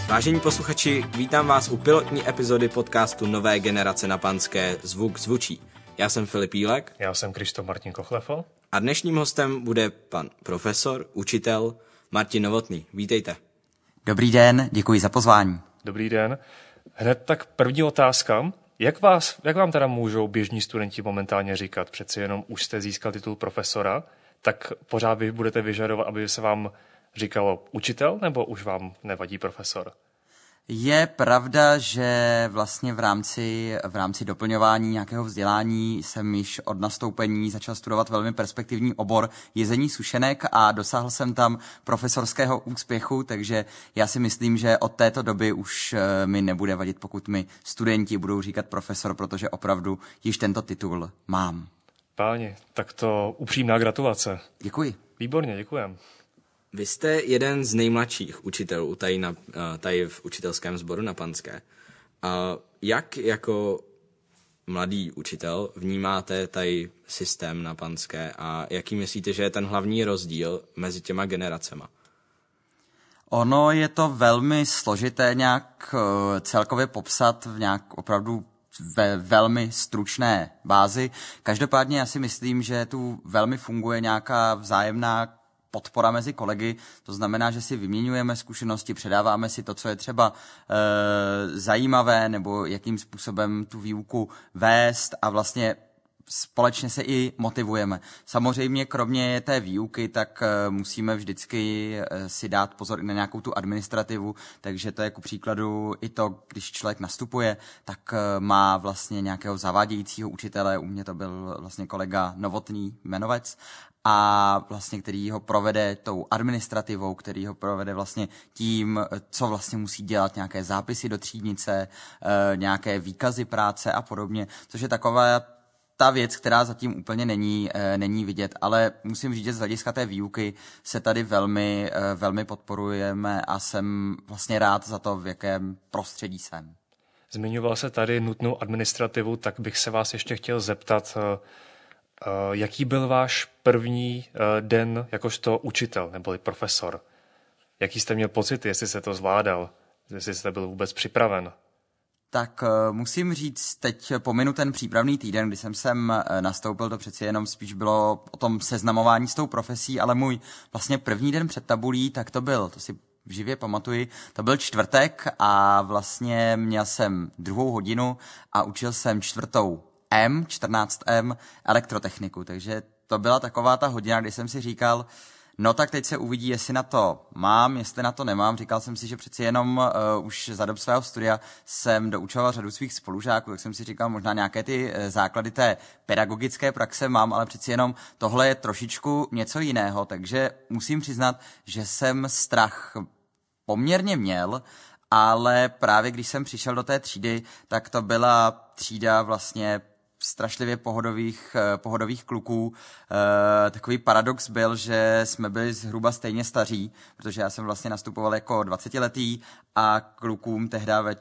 Vážení posluchači, vítám vás u pilotní epizody podcastu Nové generace na Panské Zvuk zvučí. Já jsem Filip Jílek. Já jsem Krištof Martin Kochlefl. A dnešním hostem bude pan profesor, učitel Martin Novotný. Vítejte. Dobrý den, děkuji za pozvání. Dobrý den. Hned tak první otázka. Jak vám teda můžou běžní studenti momentálně říkat? Přeci jenom už jste získal titul profesora, tak pořád vy budete vyžadovat, aby se vám říkalo učitel, nebo už vám nevadí profesor? Je pravda, že vlastně v rámci doplňování nějakého vzdělání jsem již od nastoupení začal studovat velmi perspektivní obor jezení sušenek a dosáhl jsem tam profesorského úspěchu, takže já si myslím, že od této doby už mi nebude vadit, pokud mi studenti budou říkat profesor, protože opravdu již tento titul mám. Páni, tak to upřímná gratulace. Děkuji. Výborně, děkujem. Vy jste jeden z nejmladších učitelů tady v učitelském sboru na Panské. Jak jako mladý učitel vnímáte tady systém na Panské a jaký myslíte, že je ten hlavní rozdíl mezi těma generacema? Ono je to velmi složité nějak celkově popsat v nějak opravdu ve velmi stručné bázi. Každopádně já si myslím, že tu velmi funguje nějaká vzájemná podpora mezi kolegy, to znamená, že si vyměňujeme zkušenosti, předáváme si to, co je třeba zajímavé, nebo jakým způsobem tu výuku vést a vlastně společně se i motivujeme. Samozřejmě kromě té výuky, tak musíme vždycky si dát pozor i na nějakou tu administrativu, takže to je ku příkladu i to, když člověk nastupuje, tak má vlastně nějakého zavádějícího učitele, u mě to byl vlastně kolega Novotný jmenovec, a vlastně který ho provede tou administrativou, který ho provede vlastně tím, co vlastně musí dělat, nějaké zápisy do třídnice, nějaké výkazy práce a podobně, což je taková ta věc, která zatím úplně není vidět, ale musím říct, že z hlediska té výuky se tady velmi podporujeme a jsem vlastně rád za to, v jakém prostředí jsem. Zmiňoval se tady nutnou administrativu, tak bych se vás ještě chtěl zeptat, jaký byl váš první den jakožto učitel neboli profesor? Jaký jste měl pocit, jestli jste to zvládal, jestli jste byl vůbec připraven? Tak musím říct, teď pominu ten přípravný týden, kdy jsem sem nastoupil, to přeci jenom spíš bylo o tom seznamování s tou profesí, ale můj vlastně první den před tabulí, tak to si živě pamatuji, to byl čtvrtek a vlastně měl jsem 2. hodinu a učil jsem 4. 14M elektrotechniku, takže to byla taková ta hodina, kdy jsem si říkal, no tak teď se uvidí, jestli na to mám, jestli na to nemám. Říkal jsem si, že přeci jenom už za dob svého studia jsem doučoval řadu svých spolužáků, tak jsem si říkal, možná nějaké ty základy té pedagogické praxe mám, ale přeci jenom tohle je trošičku něco jiného, takže musím přiznat, že jsem strach poměrně měl, ale právě když jsem přišel do té třídy, tak to byla třída vlastně strašlivě pohodových kluků. Takový paradox byl, že jsme byli zhruba stejně staří, protože já jsem vlastně nastupoval jako 20letý a klukům tehda ve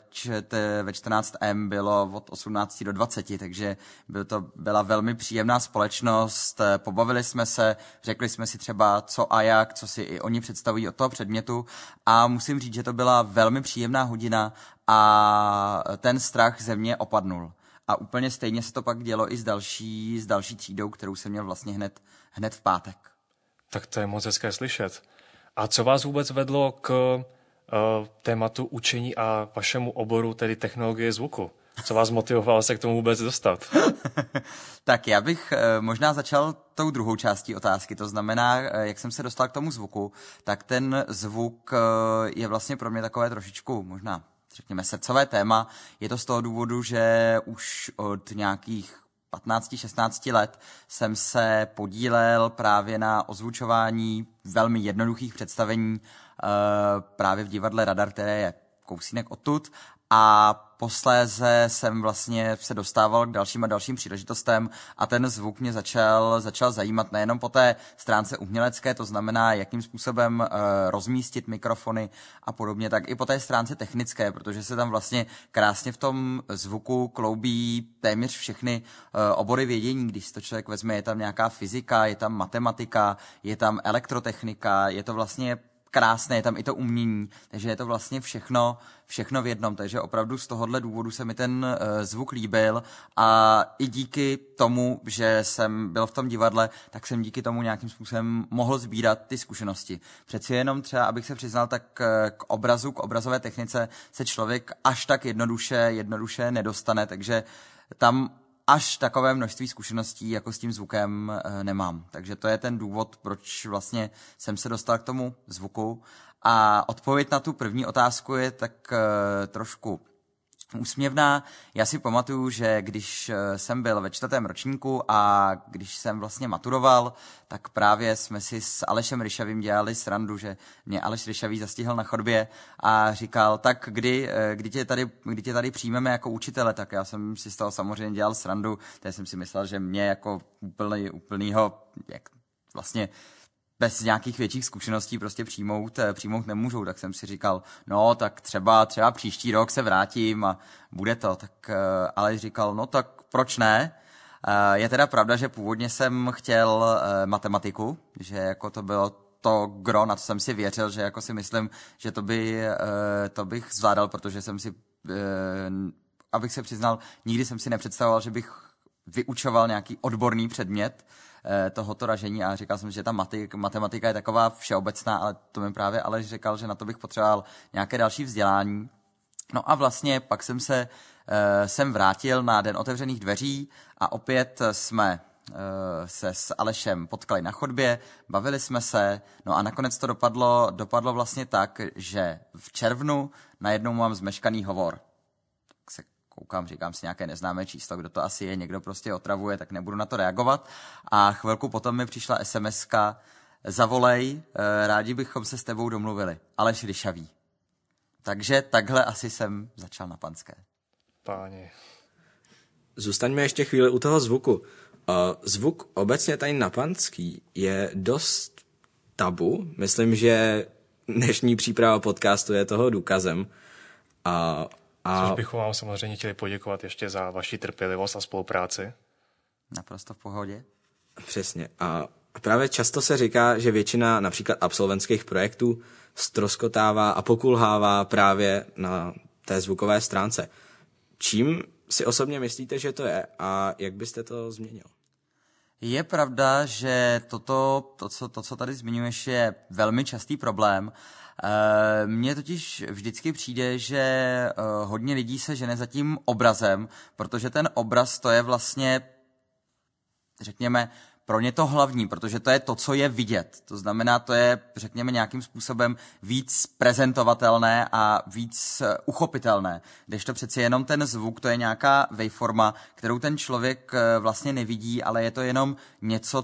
14M bylo od 18 do 20, takže byla velmi příjemná společnost, pobavili jsme se, řekli jsme si třeba co a jak, co si i oni představují od toho předmětu a musím říct, že to byla velmi příjemná hodina a ten strach ze mě opadnul. A úplně stejně se to pak dělo i s další třídou, kterou jsem měl vlastně hned v pátek. Tak to je moc hezké slyšet. A co vás vůbec vedlo k tématu učení a vašemu oboru, tedy technologie zvuku? Co vás motivovalo se k tomu vůbec dostat? Tak já bych možná začal tou druhou částí otázky, to znamená, jak jsem se dostal k tomu zvuku, tak ten zvuk je vlastně pro mě takové trošičku možná řekněme srdcové téma. Je to z toho důvodu, že už od nějakých 15-16 let jsem se podílel právě na ozvučování velmi jednoduchých představení právě v divadle Radar, které je kousínek odtud. A posléze jsem vlastně se dostával k dalším a dalším příležitostem a ten zvuk mě začal zajímat nejenom po té stránce umělecké, to znamená, jakým způsobem rozmístit mikrofony a podobně, tak i po té stránce technické, protože se tam vlastně krásně v tom zvuku kloubí téměř všechny obory vědění, když si to člověk vezme, je tam nějaká fyzika, je tam matematika, je tam elektrotechnika, je to vlastně krásné, je tam i to umění, takže je to vlastně všechno v jednom, takže opravdu z tohohle důvodu se mi ten zvuk líbil a i díky tomu, že jsem byl v tom divadle, tak jsem díky tomu nějakým způsobem mohl sbírat ty zkušenosti. Přeci jenom třeba, abych se přiznal, tak k obrazové technice se člověk až tak jednoduše nedostane, takže tam až takové množství zkušeností jako s tím zvukem nemám. Takže to je ten důvod, proč vlastně jsem se dostal k tomu zvuku. A odpověď na tu první otázku je tak trošku úsměvná. Já si pamatuju, že když jsem byl ve 4. ročníku a když jsem vlastně maturoval, tak právě jsme si s Alešem Ryšavým dělali srandu, že mě Aleš Ryšavý zastihl na chodbě a říkal, tak kdy tě tady přijmeme jako učitele, tak já jsem si z toho samozřejmě dělal srandu, takže jsem si myslel, že mě jako úplnýho, jak vlastně bez nějakých větších zkušeností prostě přijmout nemůžou, tak jsem si říkal, no tak třeba příští rok se vrátím a bude to, tak ale říkal, no tak proč ne? Je teda pravda, že původně jsem chtěl matematiku, že jako to bylo to gro, na co jsem si věřil, že jako si myslím, že to bych zvládal, protože jsem si, abych se přiznal, nikdy jsem si nepředstavoval, že bych vyučoval nějaký odborný předmět tohoto ražení a říkal jsem, že ta matematika je taková všeobecná, ale to mi právě Aleš říkal, že na to bych potřeboval nějaké další vzdělání. No a vlastně pak jsem sem vrátil na Den otevřených dveří a opět jsme se s Alešem potkali na chodbě, bavili jsme se, no a nakonec to dopadlo vlastně tak, že v červnu najednou mám zmeškaný hovor. Tak se koukám, říkám si nějaké neznámé číslo, kdo to asi je, někdo prostě otravuje, tak nebudu na to reagovat. A chvilku potom mi přišla SMS-ka, zavolej, rádi bychom se s tebou domluvili. Aleš Ryšavý. Takže takhle asi jsem začal na Panské. Páni. Zůstaňme ještě chvíli u toho zvuku. Zvuk obecně tady na Panský je dost tabu. Myslím, že dnešní příprava podcastu je toho důkazem. Což bychom vám samozřejmě chtěli poděkovat ještě za vaši trpělivost a spolupráci. Naprosto v pohodě. Přesně. A právě často se říká, že většina například absolventských projektů ztroskotává a pokulhává právě na té zvukové stránce. Čím si osobně myslíte, že to je a jak byste to změnil? Je pravda, že to, co tady zmiňuješ, je velmi častý problém. Mně totiž vždycky přijde, že hodně lidí se žene za tím obrazem, protože ten obraz to je vlastně, řekněme, pro ně to hlavní, protože to je to, co je vidět. To znamená, to je, řekněme, nějakým způsobem víc prezentovatelné a víc uchopitelné. Kdežto přeci jenom ten zvuk, to je nějaká waveforma, kterou ten člověk vlastně nevidí, ale je to jenom něco,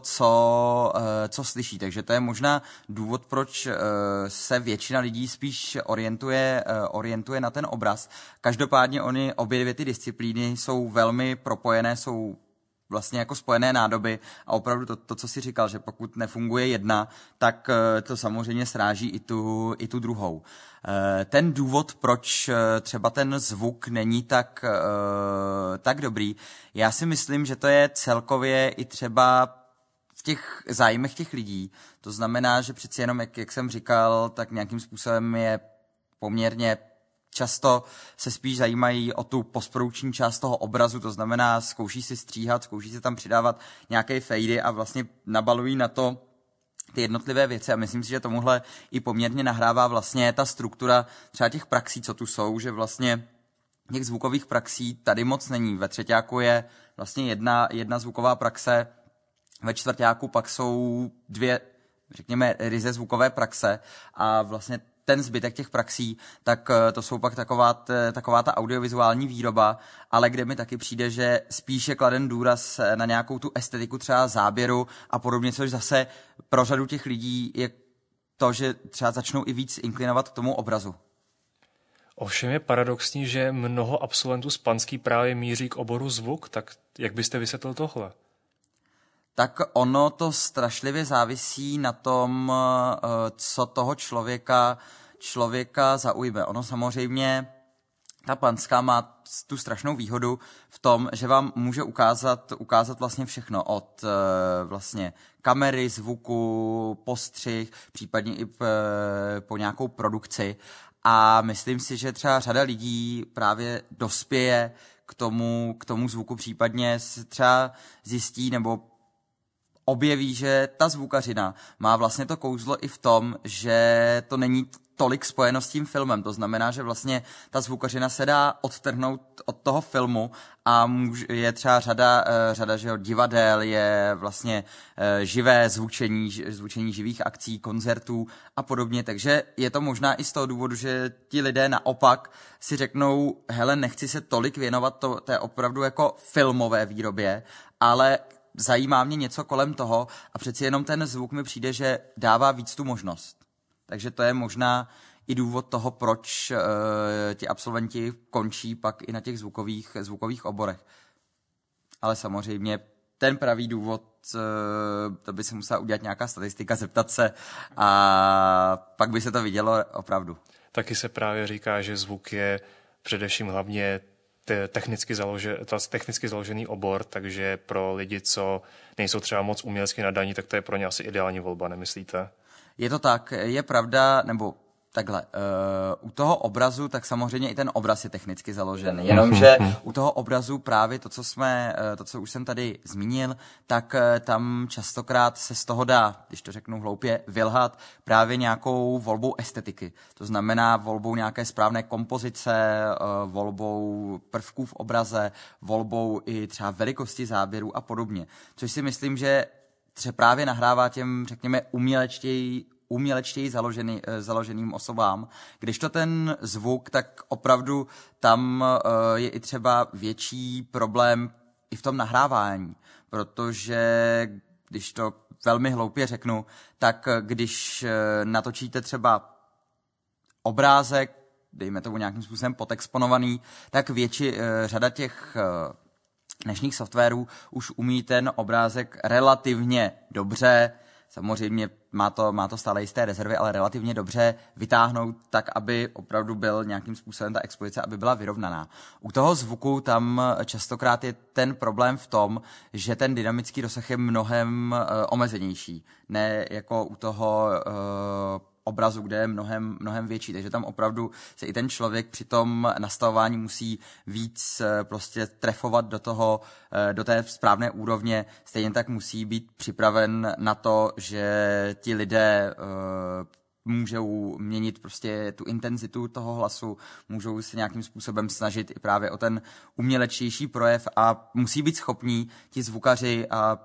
co slyší. Takže to je možná důvod, proč se většina lidí spíš orientuje na ten obraz. Každopádně obě dvě ty disciplíny jsou velmi propojené, jsou vlastně jako spojené nádoby a opravdu to, co jsi říkal, že pokud nefunguje jedna, tak to samozřejmě sráží i tu druhou. Ten důvod, proč třeba ten zvuk není tak dobrý, já si myslím, že to je celkově i třeba v těch zájmech těch lidí. To znamená, že přeci jenom, jak jsem říkal, tak nějakým způsobem je poměrně často se spíš zajímají o tu postprodukční část toho obrazu, to znamená zkouší si stříhat, zkouší si tam přidávat nějaké fejdy a vlastně nabalují na to ty jednotlivé věci a myslím si, že tomuhle i poměrně nahrává vlastně ta struktura třeba těch praxí, co tu jsou, že vlastně těch zvukových praxí tady moc není. Ve třeťáku je vlastně jedna zvuková praxe, ve čtvrťáku pak jsou dvě, řekněme, ryze zvukové praxe a vlastně ten zbytek těch praxí, tak to jsou pak taková ta audiovizuální výroba, ale kde mi taky přijde, že spíš je kladen důraz na nějakou tu estetiku třeba záběru a podobně, což zase pro řadu těch lidí je to, že třeba začnou i víc inklinovat k tomu obrazu. Ovšem je paradoxní, že mnoho absolventů z Panský právě míří k oboru zvuk, tak jak byste vysvětlil tohle? Tak ono to strašlivě závisí na tom, co toho člověka zaujme. Ono samozřejmě ta Panská má tu strašnou výhodu v tom, že vám může ukázat vlastně všechno od vlastně kamery, zvuku, postřih, případně i po nějakou produkci. A myslím si, že třeba řada lidí právě dospěje k tomu zvuku, případně třeba zjistí nebo objeví, že ta zvukařina má vlastně to kouzlo i v tom, že to není tolik spojeno s tím filmem. To znamená, že vlastně ta zvukařina se dá odtrhnout od toho filmu a je třeba řada že divadel, je vlastně živé zvučení živých akcí, koncertů a podobně. Takže je to možná i z toho důvodu, že ti lidé naopak si řeknou, hele, nechci se tolik věnovat té opravdu jako filmové výrobě, ale zajímá mě něco kolem toho a přeci jenom ten zvuk mi přijde, že dává víc tu možnost. Takže to je možná i důvod toho, proč ti absolventi končí pak i na těch zvukových oborech. Ale samozřejmě ten pravý důvod, to by se musela udělat nějaká statistika, zeptat se a pak by se to vidělo opravdu. Taky se právě říká, že zvuk je především hlavně technicky založený obor, takže pro lidi, co nejsou třeba moc umělecky nadaní, tak to je pro ně asi ideální volba, nemyslíte? Je to tak, je pravda, nebo takhle, u toho obrazu, tak samozřejmě i ten obraz je technicky založený, jenomže u toho obrazu právě to, co už jsem tady zmínil, tak tam častokrát se z toho dá, když to řeknu hloupě, vylhat právě nějakou volbou estetiky. To znamená volbou nějaké správné kompozice, volbou prvků v obraze, volbou i třeba velikosti záběrů a podobně. Což si myslím, že třeba právě nahrává těm, řekněme, umělečtěji založeným osobám. Když to ten zvuk, tak opravdu tam je i třeba větší problém i v tom nahrávání, protože když to velmi hloupě řeknu, tak když natočíte třeba obrázek, dejme tomu nějakým způsobem podexponovaný, tak řada těch dnešních softwarů už umí ten obrázek relativně dobře, samozřejmě má to stále jisté rezervy, ale relativně dobře vytáhnout tak, aby opravdu byl nějakým způsobem ta expozice, aby byla vyrovnaná. U toho zvuku tam častokrát je ten problém v tom, že ten dynamický dosah je mnohem omezenější, ne jako u toho obrazu, kde je mnohem větší, takže tam opravdu se i ten člověk při tom nastavování musí víc prostě trefovat do té správné úrovně, stejně tak musí být připraven na to, že ti lidé můžou měnit prostě tu intenzitu toho hlasu, můžou se nějakým způsobem snažit i právě o ten umělečtější projev a musí být schopní ti zvukaři a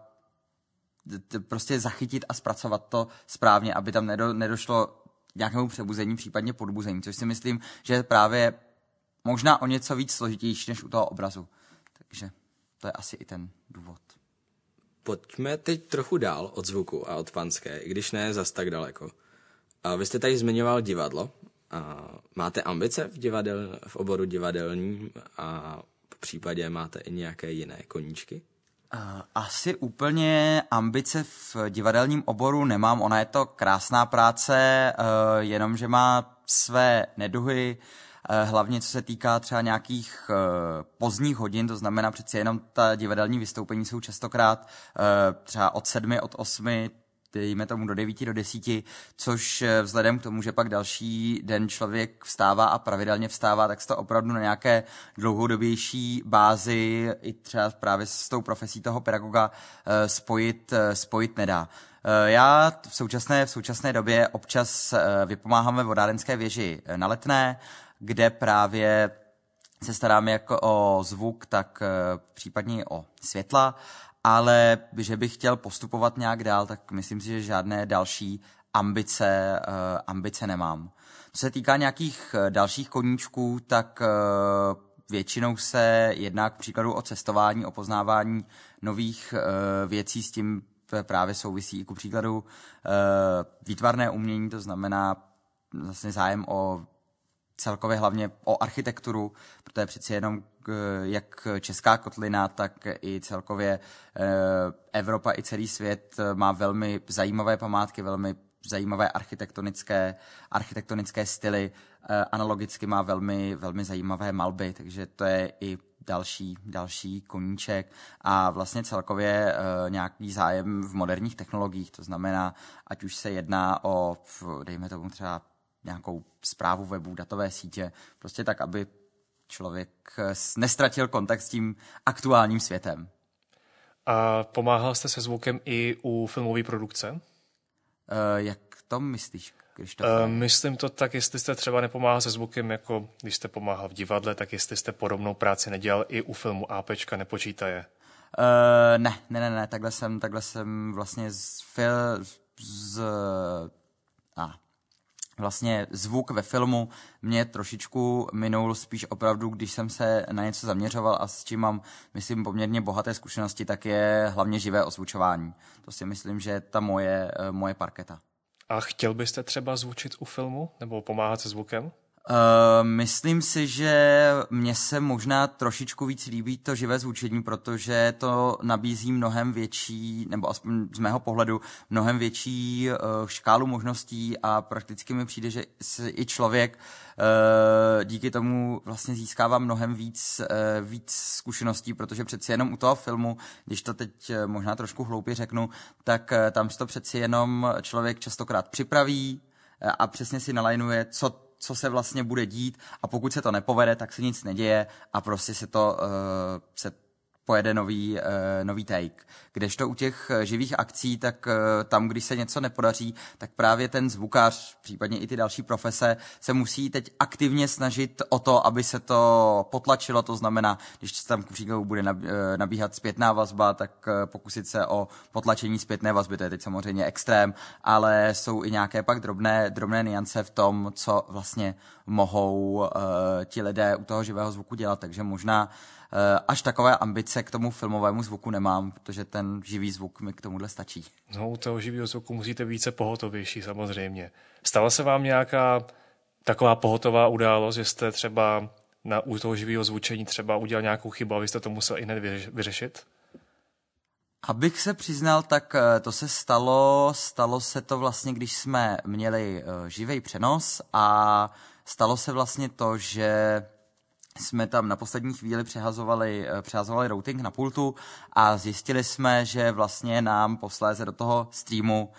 prostě zachytit a zpracovat to správně, aby tam nedošlo k nějakému přebuzení, případně podbuzení, což si myslím, že je právě možná o něco víc složitější než u toho obrazu. Takže to je asi i ten důvod. Pojďme teď trochu dál od zvuku a od Panské, i když ne zas tak daleko. A vy jste tady zmiňoval divadlo. A máte ambice v oboru divadelním a v případě máte i nějaké jiné koníčky? Asi úplně ambice v divadelním oboru nemám. Ona je to krásná práce, jenomže má své neduhy, hlavně co se týká třeba nějakých pozdních hodin, to znamená přeci jenom ta divadelní vystoupení jsou častokrát třeba od 7, od 8, dejme tomu do 9, do 10, což vzhledem k tomu, že pak další den člověk vstává a pravidelně vstává, tak se to opravdu na nějaké dlouhodobější bázi i třeba právě s tou profesí toho pedagoga spojit nedá. Já v současné době občas vypomáhám ve vodárenské věži na Letné, kde právě se starám jak o zvuk, tak případně o světla, ale že bych chtěl postupovat nějak dál, tak myslím si, že žádné další ambice nemám. Co se týká nějakých dalších koníčků, tak většinou se jedná k příkladu o cestování, o poznávání nových věcí, s tím právě souvisí i ku příkladu výtvarné umění, to znamená vlastně zájem o celkově hlavně o architekturu, protože přeci jenom jak Česká kotlina, tak i celkově Evropa i celý svět má velmi zajímavé památky, velmi zajímavé architektonické styly, analogicky má velmi, velmi zajímavé malby, takže to je i další koníček a vlastně celkově nějaký zájem v moderních technologiích, to znamená, ať už se jedná o, dejme tomu třeba nějakou správu webu, datové sítě, prostě tak, aby člověk nestratil kontakt s tím aktuálním světem. A pomáhal jste se zvukem i u filmové produkce? Jak to myslíš? Myslím to tak, jestli jste třeba nepomáhal se zvukem, jako když jste pomáhal v divadle, tak jestli jste podobnou práci nedělal i u filmu APčka Nepočítaje. Ne, takhle jsem vlastně vlastně zvuk ve filmu mě trošičku minul spíš opravdu, když jsem se na něco zaměřoval a s čím mám, myslím, poměrně bohaté zkušenosti, tak je hlavně živé ozvučování. To si myslím, že je ta moje parketa. A chtěl byste třeba zvučit u filmu nebo pomáhat se zvukem? Myslím si, že mně se možná trošičku víc líbí to živé zvučení, protože to nabízí mnohem větší, nebo aspoň z mého pohledu, mnohem větší škálu možností a prakticky mi přijde, že i člověk díky tomu vlastně získává mnohem víc zkušeností, protože přeci jenom u toho filmu, když to teď možná trošku hloupě řeknu, tak tam si to přeci jenom člověk častokrát připraví a přesně si nalajnuje, co se vlastně bude dít a pokud se to nepovede, tak se nic neděje a prostě se pojede nový take. Kdežto u těch živých akcí, tak tam, když se něco nepodaří, tak právě ten zvukař, případně i ty další profese, se musí teď aktivně snažit o to, aby se to potlačilo, to znamená, když se tam k příkladu bude nabíhat zpětná vazba, tak pokusit se o potlačení zpětné vazby, to je teď samozřejmě extrém, ale jsou i nějaké pak drobné niance v tom, co vlastně mohou ti lidé u toho živého zvuku dělat, takže možná až takové ambice k tomu filmovému zvuku nemám, protože ten živý zvuk mi k tomuhle stačí. No, u toho živého zvuku musíte více pohotovější samozřejmě. Stala se vám nějaká taková pohotová událost, že jste třeba u toho živého zvučení třeba udělal nějakou chybu a vy jste to musel i hned vyřešit? Abych se přiznal, tak to se stalo se to vlastně, když jsme měli živý přenos a stalo se vlastně to, že jsme tam na poslední chvíli přehazovali routing na pultu a zjistili jsme, že vlastně nám posléze do toho streamu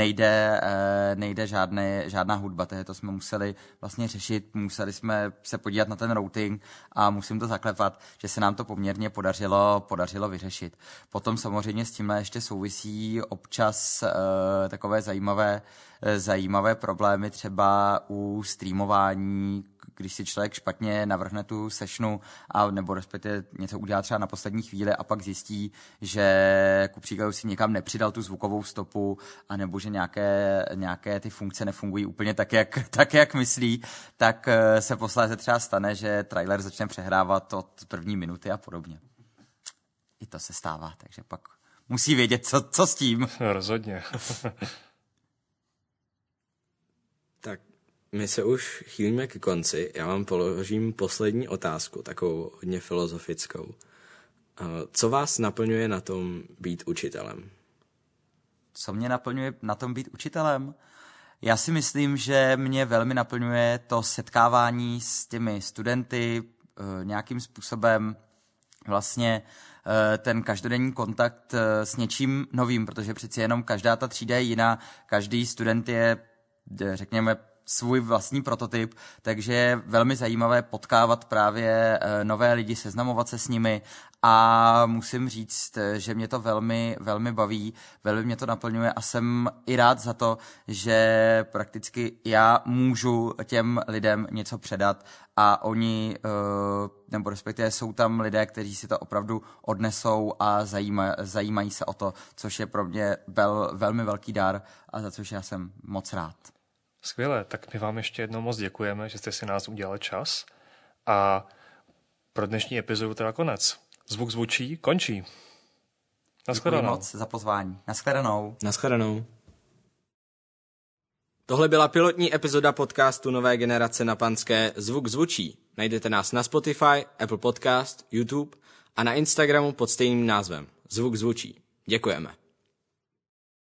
nejde žádná hudba, takže to jsme museli vlastně řešit, museli jsme se podívat na ten routing a musím to zaklepat, že se nám to poměrně podařilo vyřešit. Potom samozřejmě s tímhle ještě souvisí občas takové zajímavé problémy třeba u streamování, když si člověk špatně navrhne tu sessionu a nebo respektive něco udělá třeba na poslední chvíli a pak zjistí, že ku příkladu si někam nepřidal tu zvukovou stopu a nebo že nějaké ty funkce nefungují úplně tak, jak myslí, tak se posléze třeba stane, že trailer začne přehrávat od první minuty a podobně. I to se stává, takže pak musí vědět, co s tím. Rozhodně. Tak my se už chýlíme ke konci. Já vám položím poslední otázku, takovou hodně filozofickou. Co vás naplňuje na tom být učitelem? Co mě naplňuje na tom být učitelem? Já si myslím, že mě velmi naplňuje to setkávání s těmi studenty, nějakým způsobem vlastně ten každodenní kontakt s něčím novým, protože přeci jenom každá ta třída je jiná, každý student je, řekněme, svůj vlastní prototyp, takže je velmi zajímavé potkávat právě nové lidi, seznamovat se s nimi a musím říct, že mě to velmi, velmi baví, velmi mě to naplňuje a jsem i rád za to, že prakticky já můžu těm lidem něco předat a oni, nebo respektive jsou tam lidé, kteří si to opravdu odnesou a zajímají se o to, což je pro mě velmi velký dar a za což já jsem moc rád. Skvěle, tak my vám ještě jednou moc děkujeme, že jste si nás udělali čas a pro dnešní epizodu teda konec. Zvuk zvučí, končí. Děkuji moc za pozvání. Naschledanou. Tohle byla pilotní epizoda podcastu Nové generace na Panské Zvuk zvučí. Najdete nás na Spotify, Apple Podcast, YouTube a na Instagramu pod stejným názvem Zvuk zvučí. Děkujeme.